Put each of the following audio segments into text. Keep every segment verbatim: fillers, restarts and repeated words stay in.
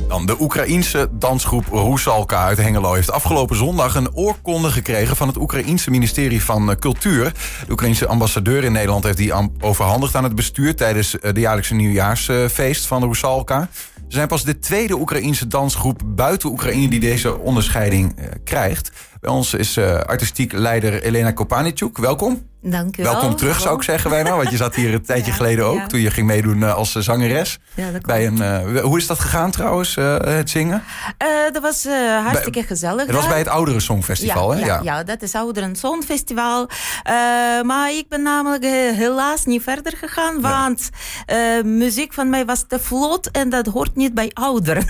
Dan de Oekraïense dansgroep Rusalka uit Hengelo heeft afgelopen zondag een oorkonde gekregen van het Oekraïense ministerie van Cultuur. De Oekraïense ambassadeur in Nederland heeft die overhandigd aan het bestuur tijdens de jaarlijkse nieuwjaarsfeest van de Rusalka. Ze zijn pas de tweede Oekraïense dansgroep buiten Oekraïne die deze onderscheiding uh, krijgt. Bij ons is uh, artistiek leider Elena Kopanichuk. Welkom. Dank u wel. Welkom terug, zou ik zeggen bijna. Want je zat hier een tijdje ja, geleden ook, ja. toen je ging meedoen uh, als zangeres. Ja, dat bij een, uh, hoe is dat gegaan trouwens, uh, het zingen? Uh, dat was uh, hartstikke bij, gezellig. Het was bij het Ouderen Songfestival, ja, hè? Ja, ja. ja, dat is Ouderen Songfestival. Uh, maar ik ben namelijk uh, helaas niet verder gegaan, ja. want uh, muziek van mij was te vlot en dat hoort niet bij ouderen.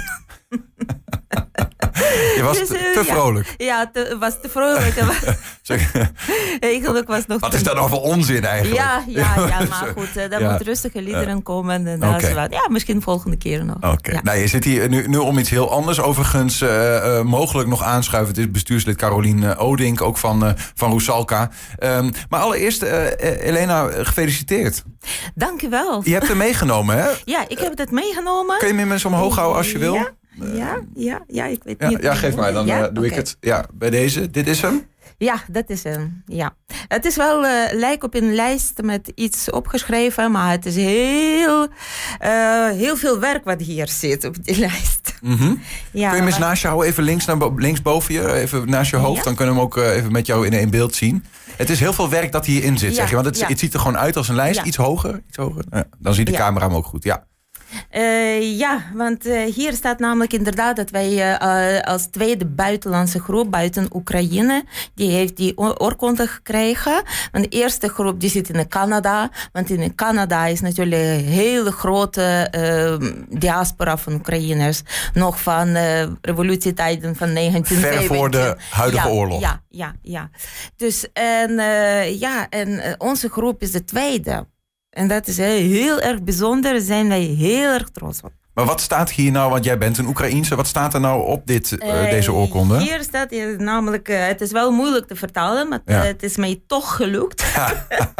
Je was dus, uh, te, te vrolijk. Ja, het was te vrolijk. Eigenlijk was nog wat is dat nou voor onzin eigenlijk? Ja, ja, ja maar goed, uh, daar ja. moeten rustige liederen komen. En okay. wat, ja, misschien volgende keer nog. Oké. Okay. Ja. Nou, je zit hier nu, nu om iets heel anders. Overigens uh, uh, mogelijk nog aanschuiven. Het is bestuurslid Caroline Odink, ook van, uh, van Rusalka. Um, maar allereerst, uh, Elena, gefeliciteerd. Dank u wel. Je hebt hem meegenomen, hè? Ja, ik heb het meegenomen. Kun je hem eens omhoog houden als je wil? Ja. Ja, ja, ja, ik weet ja, niet. Ja, geef mij, dan ja? uh, doe okay. ik het. Ja, bij deze. Dit is hem? Ja, dat is hem. Ja. Het is wel uh, lijkt op een lijst met iets opgeschreven, maar het is heel, uh, heel veel werk wat hier zit op die lijst. Mm-hmm. Ja, kun je hem eens naast je houden, even links, naar bo- links boven je, even naast je hoofd, ja? Dan kunnen we hem ook uh, even met jou in één beeld zien. Het is heel veel werk dat hierin zit, ja, zeg je, want het, ja. het ziet er gewoon uit als een lijst, ja. iets hoger. Iets hoger. Ja, dan ziet de ja. camera hem ook goed, ja. Uh, ja, want uh, hier staat namelijk inderdaad dat wij uh, uh, als tweede buitenlandse groep buiten Oekraïne, die heeft die oorkonde gekregen. Want de eerste groep die zit in Canada, want in Canada is natuurlijk een hele grote uh, diaspora van Oekraïners, nog van uh, revolutietijden van negentien zeventien. Ver voor de huidige ja, oorlog. Ja, ja, ja. Dus en, uh, ja, en uh, onze groep is de tweede. En dat is heel erg bijzonder. Daar zijn wij heel erg trots op. Maar wat staat hier nou, want jij bent een Oekraïense. Wat staat er nou op dit, uh, deze oorkonde? Hier staat uh, namelijk, uh, het is wel moeilijk te vertalen, maar ja. uh, het is mij toch gelukt. uh,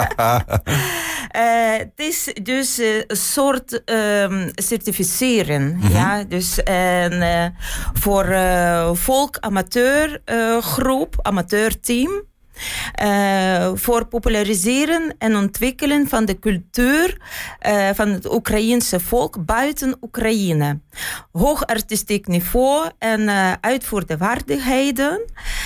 het is dus uh, een soort uh, certificeren. Mm-hmm. Ja? Dus en, uh, voor uh, volk-amateur uh, groep, amateurteam. Uh, voor populariseren en ontwikkelen van de cultuur uh, van het Oekraïense volk buiten Oekraïne. Hoog artistiek niveau en uh, uitvoerde vaardigheden.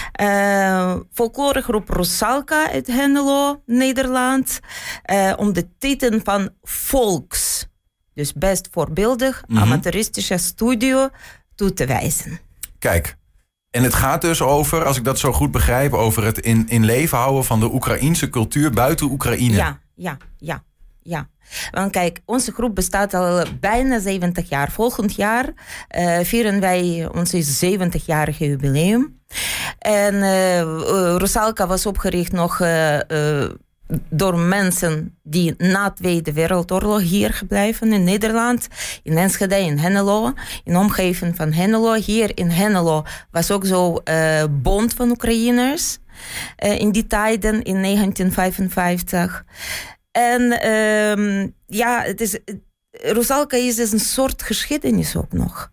Uh, folkloregroep Rusalka uit Hengelo, Nederland. Uh, om de titel van volks, dus best voorbeeldig, mm-hmm. amateuristische studio, toe te wijzen. Kijk. En het gaat dus over, als ik dat zo goed begrijp, over het in, in leven houden van de Oekraïense cultuur buiten Oekraïne. Ja, ja, ja, ja. Want kijk, onze groep bestaat al bijna zeventig jaar. Volgend jaar uh, vieren wij ons zeventigjarige jubileum. En uh, uh, Rusalka was opgericht nog Uh, uh, door mensen die na de Tweede Wereldoorlog hier gebleven in Nederland, in Enschede, in Hengelo, in de omgeving van Hengelo. Hier in Hengelo was ook zo'n uh, bond van Oekraïners uh, in die tijden, in negentien vijfenvijftig. En uh, ja, het is, Rusalka is dus een soort geschiedenis ook nog.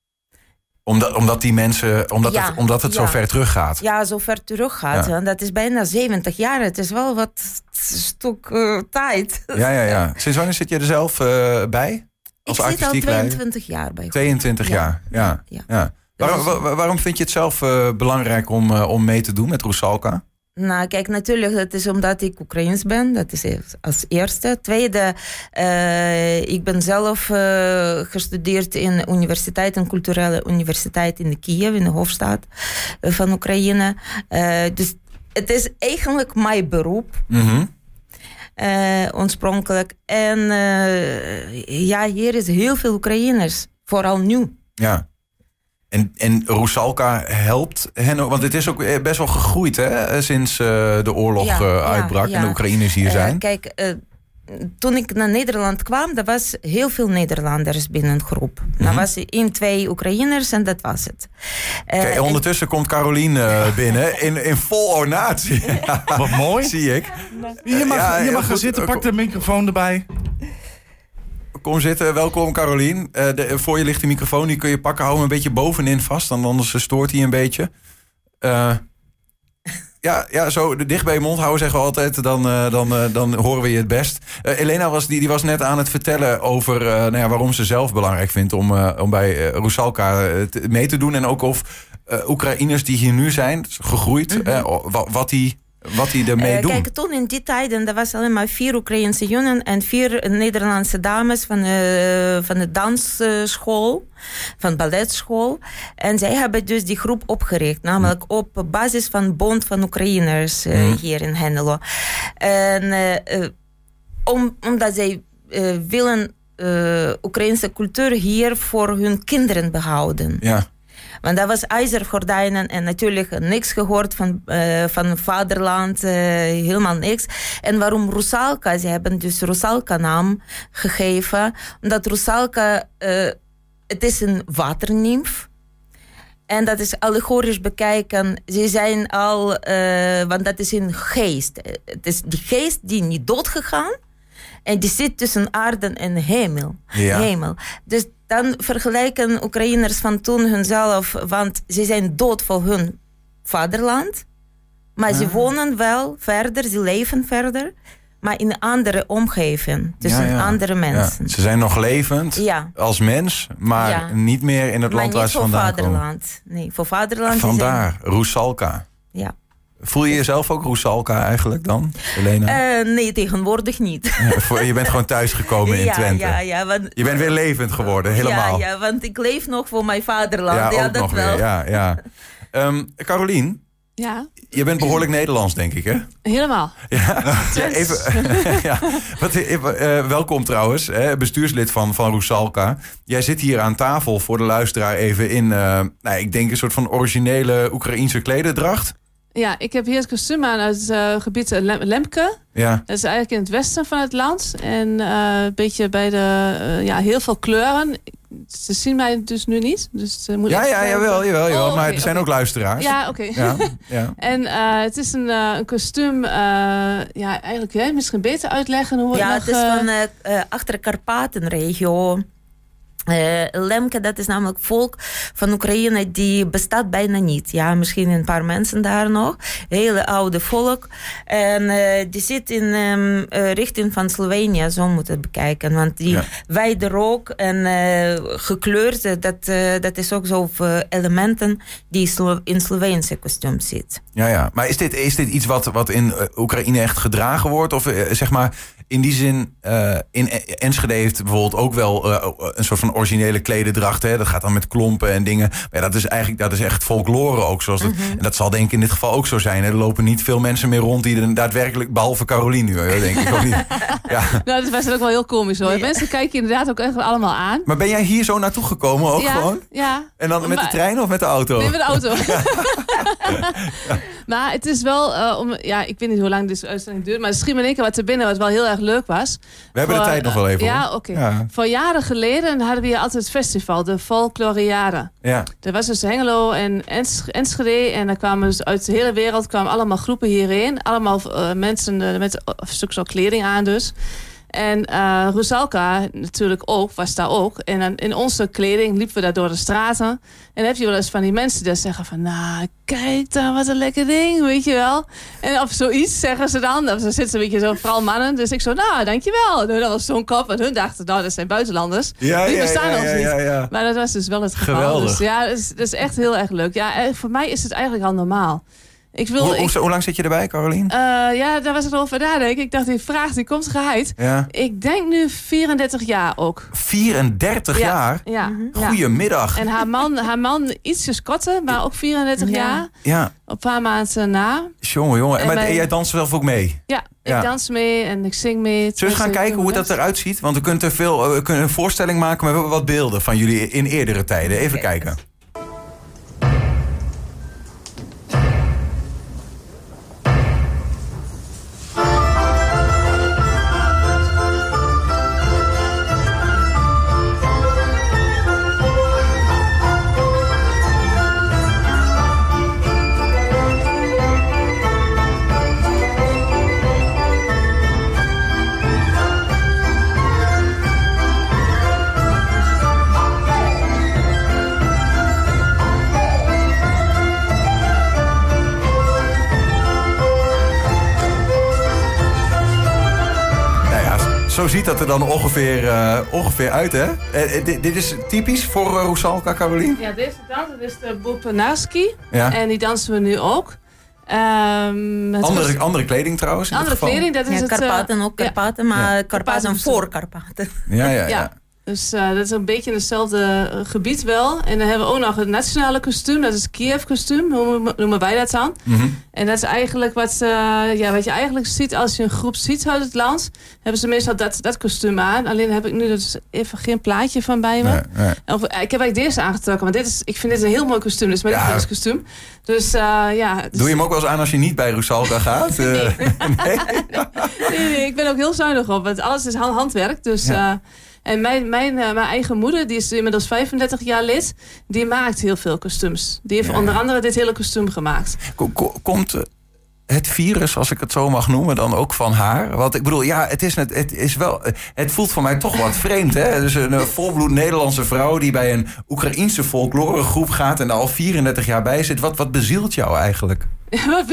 Omdat, omdat die mensen, omdat ja, het, omdat het ja. zo ver terug gaat. Ja, zo ver terug gaat. Ja. Dat is bijna zeventig jaar. Het is wel wat stuk uh, tijd. Ja, ja, ja. Sinds wanneer zit je er zelf uh, bij? Als Ik zit al tweeëntwintig leider? jaar bij. tweeëntwintig ja. jaar, ja. ja. ja. Waarom, wa- waarom vind je het zelf uh, belangrijk om, uh, om mee te doen met Rusalka? Nou, kijk, natuurlijk, het is omdat ik Oekraïens ben. Dat is als eerste. Tweede, uh, ik ben zelf uh, gestudeerd in de universiteit, een culturele universiteit in Kiev, in de hoofdstad uh, van Oekraïne. Uh, dus het is eigenlijk mijn beroep. Mm-hmm. Uh, oorspronkelijk. En uh, ja, hier is heel veel Oekraïners, vooral nu. Ja. En, en Rusalka helpt hen, want het is ook best wel gegroeid hè, sinds uh, de oorlog ja, uh, uitbrak ja, ja. en de Oekraïners hier zijn. Uh, kijk, uh, toen ik naar Nederland kwam, er was heel veel Nederlanders binnen een groep. Mm-hmm. Er was één, twee Oekraïners en dat was het. Uh, Kijk, ondertussen en, komt Caroline uh, binnen in, in vol ornaat. Ja, wat mooi. Zie ik. Je mag, ja, je mag gaan zitten, pak de microfoon erbij. kom zitten. Welkom, Carolien. Uh, de, voor je ligt de microfoon, die kun je pakken. Hou hem een beetje bovenin vast, dan anders stoort hij een beetje. Uh, ja, ja, zo dicht bij je mond houden zeggen we altijd. Dan, uh, dan, uh, dan horen we je het best. Uh, Elena was, die, die was net aan het vertellen over uh, nou ja, waarom ze zelf belangrijk vindt om, uh, om bij uh, Rusalka uh, te, mee te doen. En ook of uh, Oekraïners die hier nu zijn, gegroeid, mm-hmm. uh, wat, wat die... Wat die ermee uh, doen. Kijk, toen in die tijden, er was alleen maar vier Oekraïnse jongen en vier Nederlandse dames van, uh, van de dansschool, van balletschool. En zij hebben dus die groep opgericht, namelijk op basis van Bond van Oekraïners uh, hmm. hier in Hengelo. En uh, uh, om, omdat zij uh, willen uh, Oekraïnse cultuur hier voor hun kinderen behouden. Ja. Want dat was ijzergordijnen en natuurlijk niks gehoord van, uh, van vaderland, uh, helemaal niks. En waarom Rusalka? Ze hebben dus Rusalka naam gegeven. Omdat Rusalka, uh, het is een waternimf. En dat is allegorisch bekijken. Ze zijn al, uh, want dat is een geest. Het is die geest die niet doodgegaan. En die zit tussen aarde en hemel. Ja. hemel. Dus dan vergelijken Oekraïners van toen hunzelf, want ze zijn dood voor hun vaderland. Maar ah. ze wonen wel verder, ze leven verder. Maar in een andere omgeving, tussen ja, ja. andere mensen. Ja. Ze zijn nog levend ja. als mens, maar ja. niet meer in het maar land waar ze vandaan komen. Maar niet voor vaderland. Nee, voor vaderland. Vandaar, zijn... Rusalka. Ja. Voel je jezelf ook Rusalka eigenlijk dan, Elena? Uh, nee, tegenwoordig niet. Ja, voor, je bent gewoon thuisgekomen in ja, Twente. Ja, ja, want, je bent weer levend geworden, helemaal. Ja, ja, want ik leef nog voor mijn vaderland. Ja, ja ook dat nog wel. Weer, ja, ja. Um, Carolien? Ja? Je bent behoorlijk Nederlands, denk ik, hè? Helemaal. Ja, ja, even, ja. Wat, uh, welkom trouwens, hè, bestuurslid van, van Rusalka. Jij zit hier aan tafel voor de luisteraar even in, uh, nou, ik denk een soort van originele Oekraïense klederdracht. Ja, ik heb hier het kostuum aan uit het uh, gebied Lemke. Ja. Dat is eigenlijk in het westen van het land. En uh, een beetje bij de, uh, ja, heel veel kleuren. Ze zien mij dus nu niet. Dus, uh, moet ja, ik ja, jawel, jawel, jawel. Oh, maar okay, er zijn okay. ook luisteraars. Ja, oké. Okay. Ja, ja. En uh, het is een, uh, een kostuum, uh, ja, eigenlijk, jij misschien beter uitleggen hoe het Ja, nog, het is uh, van uh, uh, achter de Karpatenregio. Uh, Lemke, dat is namelijk volk van Oekraïne, die bestaat bijna niet. Ja, misschien een paar mensen daar nog. Hele oude volk. En uh, die zit in um, uh, richting van Slovenië, zo moet het bekijken. Want die ja. wijde rook en uh, gekleurd, dat, uh, dat is ook zo uh, elementen die Slo- in Sloveense kostuum zit. Ja, ja. Maar is dit, is dit iets wat, wat in uh, Oekraïne echt gedragen wordt? Of uh, zeg maar, in die zin, uh, in Enschede heeft bijvoorbeeld ook wel uh, een soort van originele klederdracht. Hè? Dat gaat dan met klompen en dingen. Maar ja, dat is eigenlijk dat is echt folklore ook. Zoals het, mm-hmm. En dat zal denk ik in dit geval ook zo zijn. Hè? Er lopen niet veel mensen meer rond die er daadwerkelijk, behalve Carolien nu, denk ik ook niet. Ja. Nou, dat was ook wel heel komisch hoor. Ja. Mensen kijken je inderdaad ook echt allemaal aan. Maar ben jij hier zo naartoe gekomen ook ja, gewoon? Ja. En dan met maar, de trein of met de auto? Nee, met de auto. Ja. Ja. Maar het is wel, uh, om, ja, ik weet niet hoe lang deze uitzending duurt, maar er schiet me in één keer wat te binnen wat wel heel erg leuk was. We hebben Voor, de tijd nog wel even. Ja, oké. Okay. Ja. Voor jaren geleden hadden we hier altijd het festival, de Folkloriade. Ja. Er was dus Hengelo en Ens- Enschede en daar kwamen dus uit de hele wereld kwamen allemaal groepen hierheen. Allemaal uh, mensen uh, met een stuk zo kleding aan dus. En uh, Rusalka natuurlijk ook, was daar ook. En dan in onze kleding liepen we daar door de straten. En dan heb je wel eens van die mensen die zeggen van... Nou, kijk dan, wat een lekker ding, weet je wel. En of zoiets zeggen ze dan. Of ze zitten een beetje zo, vooral mannen. Dus ik zo, nou, dankjewel. Dat was zo'n kop. En hun dachten, nou, dat zijn buitenlanders. Ja, die ja, bestaan ja, ons ja, ja, ja. niet. Maar dat was dus wel het geval. Geweldig. Dus ja, dat is, dat is echt heel erg leuk. Ja, voor mij is het eigenlijk al normaal. Ik wil, hoe, ik, hoe, hoe lang zit je erbij, Carolien? Uh, ja, daar was ik over nadenken. Ik dacht, die vraag die komt geheid. Ja. Ik denk nu vierendertig jaar ook. vierendertig ja. jaar? Ja. Goedemiddag. En haar man, haar man ietsjes korter, maar ook vierendertig ja. jaar. Ja. Een paar maanden na. Jongen, jongen. En, maar, mijn... en jij danst zelf ook mee? Ja, ik ja. dans mee en ik zing mee. Zullen we eens gaan kijken hoe dat eruit ziet? Want we kunnen, veel, we kunnen een voorstelling maken, maar we hebben wat beelden van jullie in eerdere tijden. Even okay. kijken. zo ziet dat er dan ongeveer, uh, ongeveer uit, hè? Uh, dit, dit is typisch voor uh, Rusalka, Carolien? Ja, deze dans is de Boepenarski. Ja. En die dansen we nu ook. Um, andere, andere kleding trouwens? Andere kleding, dat is ja, het... Karpaten uh, ook Karpaten, ja. maar ja. Karpaten voor Karpaten. Ja, ja, ja. ja. Dus uh, dat is een beetje in hetzelfde uh, gebied wel. En dan hebben we ook nog het nationale kostuum. Dat is het Kiev-kostuum, hoe noemen wij dat dan. Mm-hmm. En dat is eigenlijk wat, uh, ja, wat je eigenlijk ziet als je een groep ziet uit het land. Hebben ze meestal dat, dat kostuum aan. Alleen heb ik nu dus even geen plaatje van bij me. Nee, nee. Of, ik heb eigenlijk deze aangetrokken. Want dit is, ik vind dit een heel mooi kostuum. Dit is mijn ja. kostuum. Dus, uh, ja, dus doe je hem ook wel eens aan als je niet bij Rusalka gaat? nee. nee. nee, nee, ik ben ook heel zuinig op. Want alles is handwerk. Dus... Ja. Uh, En mijn, mijn, uh, mijn eigen moeder, die is inmiddels vijfendertig jaar lid, die maakt heel veel kostuums. Die heeft ja, onder andere dit hele kostuum gemaakt. Komt het virus, als ik het zo mag noemen, dan ook van haar? Want ik bedoel, ja, het is, net, het is wel, het voelt voor mij toch wat vreemd, hè? Dus een volbloed Nederlandse vrouw die bij een Oekraïense folkloregroep gaat en daar al vierendertig jaar bij zit. Wat, wat bezielt jou eigenlijk? Ja,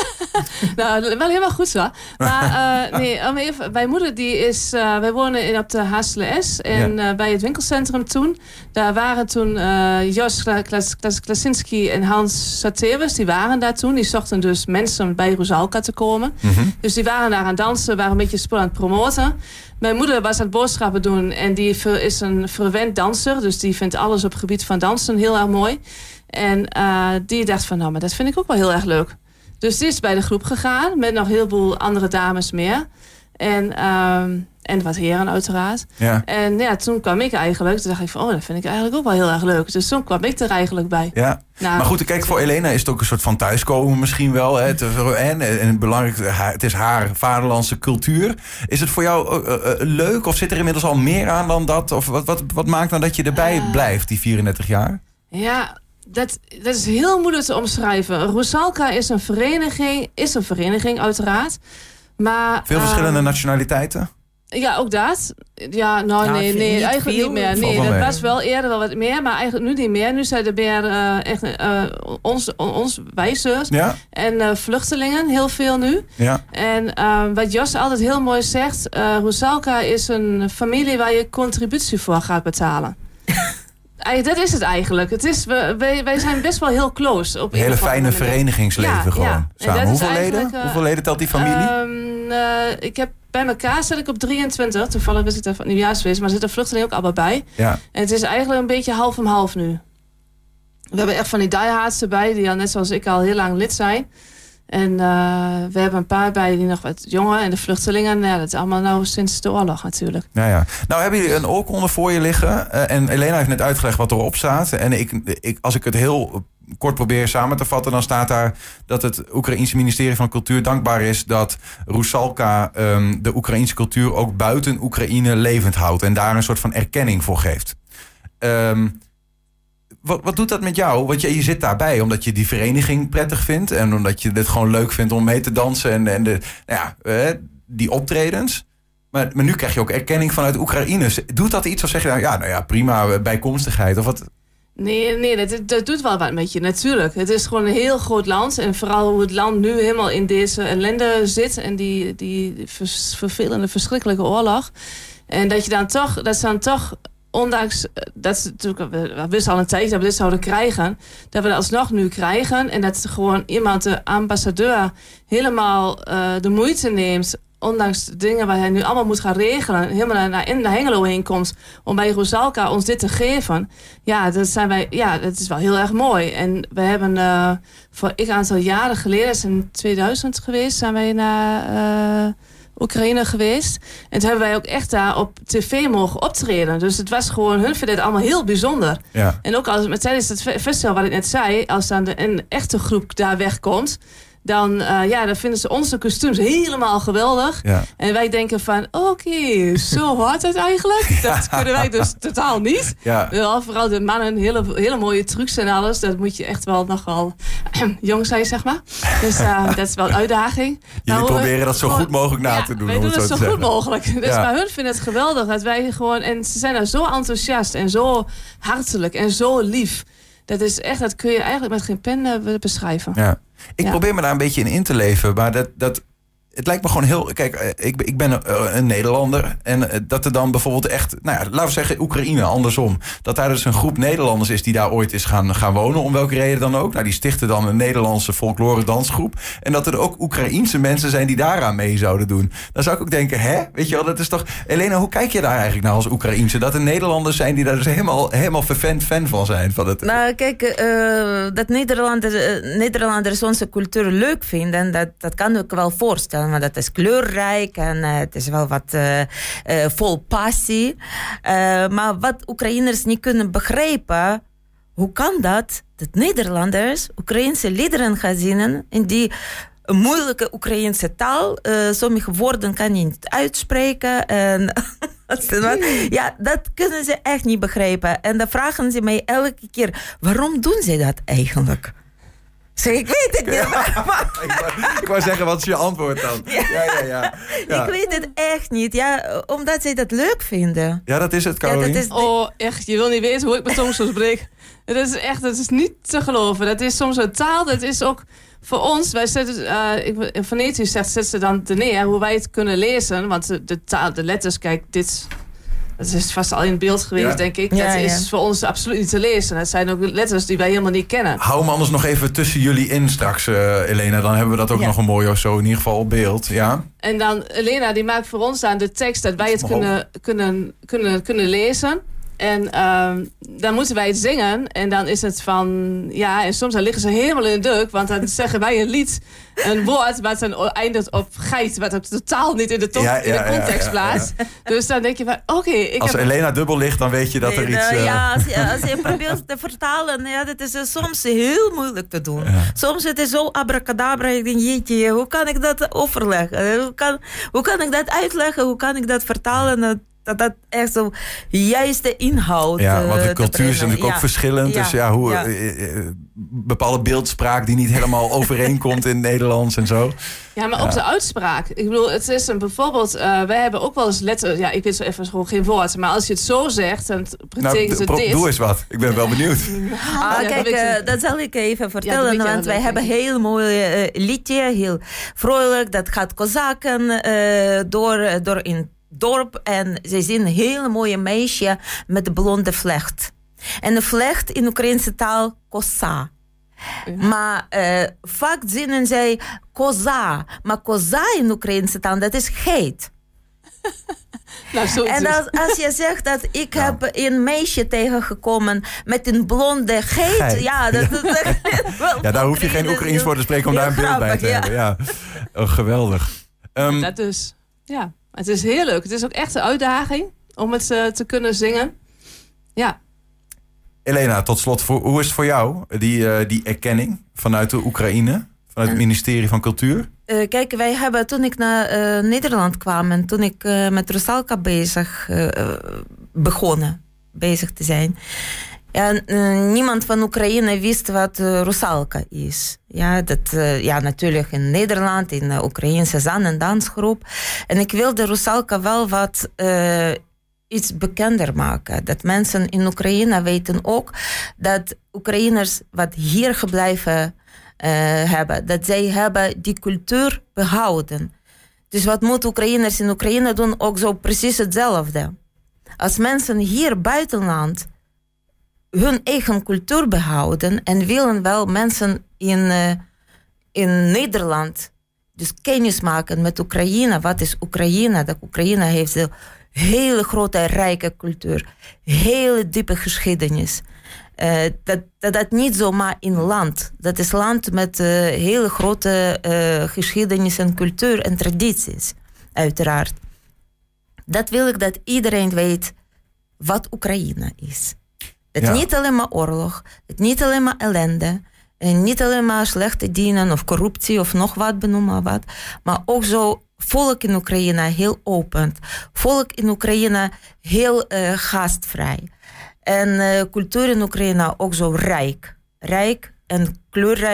nou, wel helemaal goed zo. Maar uh, nee, om even, mijn moeder die is... Uh, wij wonen in, op de Haasle-S. En ja. uh, bij het winkelcentrum toen... Daar waren toen uh, Jos Klas, Klas, Klasinski en Hans Sateris. Die waren daar toen. Die zochten dus mensen om bij Rusalka te komen. Mm-hmm. Dus die waren daar aan het dansen. Waren een beetje spul aan het promoten. Mijn moeder was aan het boodschappen doen. En die is een verwend danser. Dus die vindt alles op het gebied van dansen heel erg mooi. En uh, die dacht van, nou, maar dat vind ik ook wel heel erg leuk. Dus die is bij de groep gegaan, met nog een heleboel andere dames meer. En, um, en wat heren uiteraard. Ja. En ja, toen kwam ik eigenlijk, toen dacht ik van, oh, dat vind ik eigenlijk ook wel heel erg leuk. Dus toen kwam ik er eigenlijk bij. Ja. Nou, maar goed, kijk, voor Elena is het ook een soort van thuiskomen misschien wel. Hè? En, en belangrijk, het is haar vaderlandse cultuur. Is het voor jou uh, uh, leuk of zit er inmiddels al meer aan dan dat? Of wat, wat, wat maakt nou dat je erbij uh, blijft, die vierendertig jaar? Ja... Dat, dat is heel moeilijk te omschrijven. Rusalka is een vereniging, is een vereniging uiteraard. Maar, veel verschillende um, nationaliteiten? Ja, ook dat. Ja, nou ja, nee, nee niet eigenlijk veel. niet meer. Nee, dat mee. was wel eerder wel wat meer, maar eigenlijk nu niet meer. Nu zijn er meer uh, echt uh, ons, ons wijzers ja. en uh, vluchtelingen, heel veel nu. Ja. En uh, wat Jos altijd heel mooi zegt, uh, Rusalka is een familie waar je contributie voor gaat betalen. Dat is het eigenlijk. Het is, wij, wij zijn best wel heel close. Op een hele fijne moment. verenigingsleven ja, gewoon. Ja. Samen. Hoeveel leden? Uh, Hoeveel leden telt die familie? Um, uh, ik heb bij elkaar zit ik op drieëntwintig. Toevallig was ik daar van het nieuwjaarsfeest. Maar er zitten vluchtelingen ook allemaal bij. Ja. En het is eigenlijk een beetje half om half nu. We hebben echt van die diehards erbij. Die al net zoals ik al heel lang lid zijn. En uh, we hebben een paar bij die nog wat jonger. En de vluchtelingen, ja, dat is allemaal nou sinds de oorlog natuurlijk. Ja, ja. Nou hebben jullie een oorkonde voor je liggen. Uh, en Elena heeft net uitgelegd wat erop staat. En ik, ik, als ik het heel kort probeer samen te vatten, dan staat daar dat het Oekraïense ministerie van Cultuur dankbaar is dat Rusalka um, de Oekraïense cultuur ook buiten Oekraïne levend houdt. En daar een soort van erkenning voor geeft. Um, Wat, wat doet dat met jou? Want je, je zit daarbij omdat je die vereniging prettig vindt. En omdat je het gewoon leuk vindt om mee te dansen. En, en de, nou ja, eh, die optredens. Maar, maar nu krijg je ook erkenning vanuit Oekraïne. Doet dat iets of zeg je nou ja, nou ja prima, bijkomstigheid? Of wat? Nee, nee dat, dat doet wel wat met je, natuurlijk. Het is gewoon een heel groot land. En vooral hoe het land nu helemaal in deze ellende zit. En die, die vervelende, verschrikkelijke oorlog. En dat je dan toch... Dat ze dan toch ondanks dat ze natuurlijk, we wisten al een tijdje dat we dit zouden krijgen, dat we dat alsnog nu krijgen. En dat gewoon iemand, de ambassadeur, helemaal uh, de moeite neemt, ondanks de dingen waar hij nu allemaal moet gaan regelen, helemaal naar, in de Hengelo heen komt om bij Rusalka ons dit te geven. Ja, dat zijn wij, ja, dat is wel heel erg mooi. En we hebben uh, voor een aantal jaren geleden, dat is in tweeduizend geweest, zijn wij naar Uh, Oekraïne geweest. En toen hebben wij ook echt daar op tv mogen optreden. Dus het was gewoon, hun vinden het allemaal heel bijzonder. Ja. En ook als met tijdens het festival wat ik net zei, als dan de, een echte groep daar wegkomt, dan, uh, ja, dan vinden ze onze kostuums helemaal geweldig. Ja. En wij denken van, oké, okay, zo hoort het eigenlijk. Dat kunnen wij dus totaal niet. Ja. Ja, vooral de mannen, hele, hele mooie trucs en alles. Dat moet je echt wel nogal jong zijn, zeg maar. Dus uh, dat is wel een uitdaging. Jullie nou, proberen dat zo gewoon goed mogelijk na ja, te doen. wij doen het zo, zo goed mogelijk. Dus ja. Maar hun vinden het geweldig. Dat wij gewoon, en ze zijn daar zo enthousiast en zo hartelijk en zo lief. Dat is echt, dat kun je eigenlijk met geen pen uh, beschrijven. Ja. Ik ja. probeer me daar een beetje in in te leven. Maar dat, dat, Het lijkt me gewoon heel... Kijk, ik, ik ben een, een Nederlander. En dat er dan bijvoorbeeld echt... Nou ja, laten we zeggen Oekraïne, andersom. Dat daar dus een groep Nederlanders is die daar ooit is gaan, gaan wonen. Om welke reden dan ook. Nou, die stichten dan een Nederlandse folklore dansgroep. En dat er ook Oekraïense mensen zijn die daaraan mee zouden doen. Dan zou ik ook denken, hè? Weet je wel, dat is toch... Elena, hoe kijk je daar eigenlijk naar als Oekraïense? Dat er Nederlanders zijn die daar dus helemaal, helemaal vervent fan van zijn. Van het... Nou, kijk, uh, dat Nederlanders, uh, Nederlanders onze cultuur leuk vinden, dat, dat kan ik wel voorstellen. Maar dat is kleurrijk en uh, het is wel wat uh, uh, vol passie. Uh, maar wat Oekraïners niet kunnen begrijpen, hoe kan dat dat Nederlanders Oekraïnse liederen gaan zingen in die moeilijke Oekraïnse taal. Uh, sommige woorden kan je niet uitspreken. En ja, dat kunnen ze echt niet begrijpen. En dan vragen ze mij elke keer, waarom doen ze dat eigenlijk? Zeg, ik weet het niet. Ja, ik, wou, ik wou zeggen, wat is je antwoord dan? Ja, ja, ja, ja. Ja. Ik weet het echt niet. Ja, omdat zij dat leuk vinden. Ja, dat is het, Caroline. Ja, is de... Oh, echt. Je wil niet weten hoe ik me soms zo spreek. Het is echt, het is niet te geloven. Dat is soms een taal, dat is ook voor ons. Wij zetten, uh, ik, in fonetisch zegt, zet ze dan neer hoe wij het kunnen lezen. Want de, de taal, de letters, kijk, dit... Dat is vast al in beeld geweest, ja. denk ik. Ja, dat is ja. voor ons absoluut niet te lezen. Het zijn ook letters die wij helemaal niet kennen. Hou me anders nog even tussen jullie in straks, uh, Elena. Dan hebben we dat ook ja. nog een mooi of zo in ieder geval op beeld. Ja? En dan, Elena, die maakt voor ons dan de tekst dat wij het kunnen, kunnen, kunnen, kunnen lezen. En uh, dan moeten wij het zingen. En dan is het van... Ja, en soms dan liggen ze helemaal in de deuk. Want dan zeggen wij een lied, een woord... wat dan eindigt op geit. Wat het totaal niet in de, top, ja, ja, in de context ja, ja, plaatst. Ja, ja. Dus dan denk je van, oké... Okay, als heb... Elena dubbel ligt, dan weet je dat nee, er iets... Uh... Ja, als je, als je probeert te vertalen... Ja, dat is uh, soms heel moeilijk te doen. Ja. Soms het is zo abracadabra. Ik denk, jeetje, hoe kan ik dat overleggen? Hoe kan, hoe kan ik dat uitleggen? Hoe kan ik dat vertalen? Dat dat echt zo juiste inhoud. Ja, want de cultuur is natuurlijk ja. ook verschillend. Ja. Dus ja, hoe ja. Uh, uh, bepaalde beeldspraak die niet helemaal overeenkomt in het Nederlands en zo. Ja, maar ja. ook de uitspraak. Ik bedoel, het is een bijvoorbeeld... Uh, wij hebben ook wel eens letter... Ja, ik weet zo even gewoon geen woord. Maar als je het zo zegt, dan betekent nou, het dit. Doe eens wat. Ik ben wel benieuwd. Ah, kijk, uh, dat zal ik even vertellen. Ja, want wij leuk, hebben een heel mooi uh, liedje. Heel vrolijk. Dat gaat kozaken uh, door, door in dorp en ze zien een hele mooie meisje met de blonde vlecht. En de vlecht in Oekraïnse taal kosa. Ja. Maar uh, vaak zinnen zij koza. Maar koza in Oekraïnse taal, dat is geit. Nou, zo en als, als je zegt dat ik ja. heb een meisje tegengekomen met een blonde geit. geit. Ja, dat, dat, dat, wel ja, daar hoef je geen Oekraïens voor te spreken om daar een beeld grappig, bij te ja. hebben. Ja. Oh, geweldig. Um, dat dus, ja. Het is heel leuk. Het is ook echt een uitdaging om het uh, te kunnen zingen. Ja. Elena, tot slot, voor, hoe is het voor jou, die, uh, die erkenning vanuit de Oekraïne, vanuit het ministerie van Cultuur? Uh, kijk, wij hebben toen ik naar uh, Nederland kwam en toen ik uh, met Rusalka bezig uh, begonnen, bezig te zijn. Ja, uh, niemand van Oekraïne wist wat uh, Rusalka is. Ja, dat, uh, ja, natuurlijk in Nederland, in de Oekraïnse zang- en dansgroep. En ik wilde Rusalka wel wat uh, iets bekender maken. Dat mensen in Oekraïne weten ook dat Oekraïners wat hier gebleven uh, hebben, dat zij hebben die cultuur behouden. Dus wat moeten Oekraïners in Oekraïne doen? Ook zo precies hetzelfde. Als mensen hier buitenland hun eigen cultuur behouden en willen wel mensen in, uh, in Nederland dus kennis maken met Oekraïne. Wat is Oekraïne? Dat Oekraïne heeft een hele grote, rijke cultuur. Hele diepe geschiedenis. Uh, dat, dat dat niet zomaar in land. Dat is land met uh, hele grote uh, geschiedenis en cultuur en tradities. Uiteraard. Dat wil ik dat iedereen weet wat Oekraïne is. Het ja. niet alleen maar oorlog, het niet alleen maar ellende, en niet alleen maar slechte dienen of corruptie of nog wat, benoem maar wat, maar ook zo volk in Oekraïne heel open, volk in Oekraïne heel uh, gastvrij. En uh, cultuur in Oekraïne ook zo rijk, rijk en kleurrijk,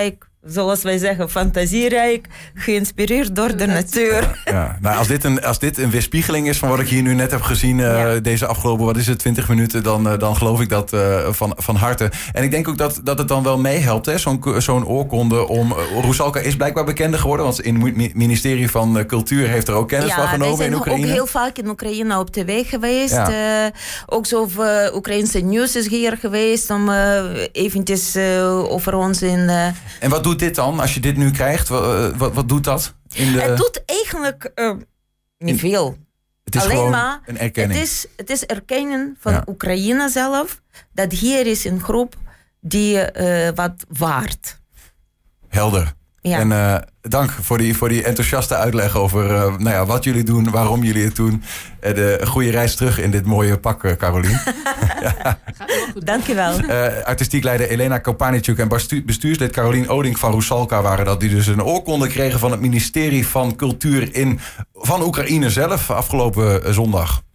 zoals wij zeggen, fantasierijk, geïnspireerd door de natuur. Ja, ja. Nou, als, dit een, als dit een weerspiegeling is van wat ik hier nu net heb gezien, uh, ja. deze afgelopen, wat is het, twintig minuten, dan, uh, dan geloof ik dat uh, van, van harte. En ik denk ook dat, dat het dan wel meehelpt, hè, zo'n, zo'n oorkonde om... Uh, Rusalka is blijkbaar bekender geworden, want in het ministerie van uh, Cultuur heeft er ook kennis ja, van genomen in Oekraïne. Ja, wij zijn ook heel vaak in Oekraïne op de weg geweest. Ja. Uh, ook zo uh, Oekraïnse nieuws is hier geweest om uh, eventjes uh, over ons in... Uh, en wat doet dit dan, als je dit nu krijgt? Wat, wat, wat doet dat? In de... Het doet eigenlijk uh, niet veel. Het is alleen gewoon maar, een erkenning. Het is, het is erkennen van ja. Oekraïne zelf, dat hier is een groep die uh, wat waard. Helder. Ja. En uh, dank voor die, voor die enthousiaste uitleg over uh, nou ja, wat jullie doen, waarom jullie het doen. En de goede reis terug in dit mooie pak, uh, Carolien. ja. Dank je wel. Uh, artistiek leider Elena Kopanichuk en bestuurslid Carolien Odink van Rusalka waren dat, die dus een oorkonde kregen van het ministerie van Cultuur in, van Oekraïne zelf afgelopen zondag.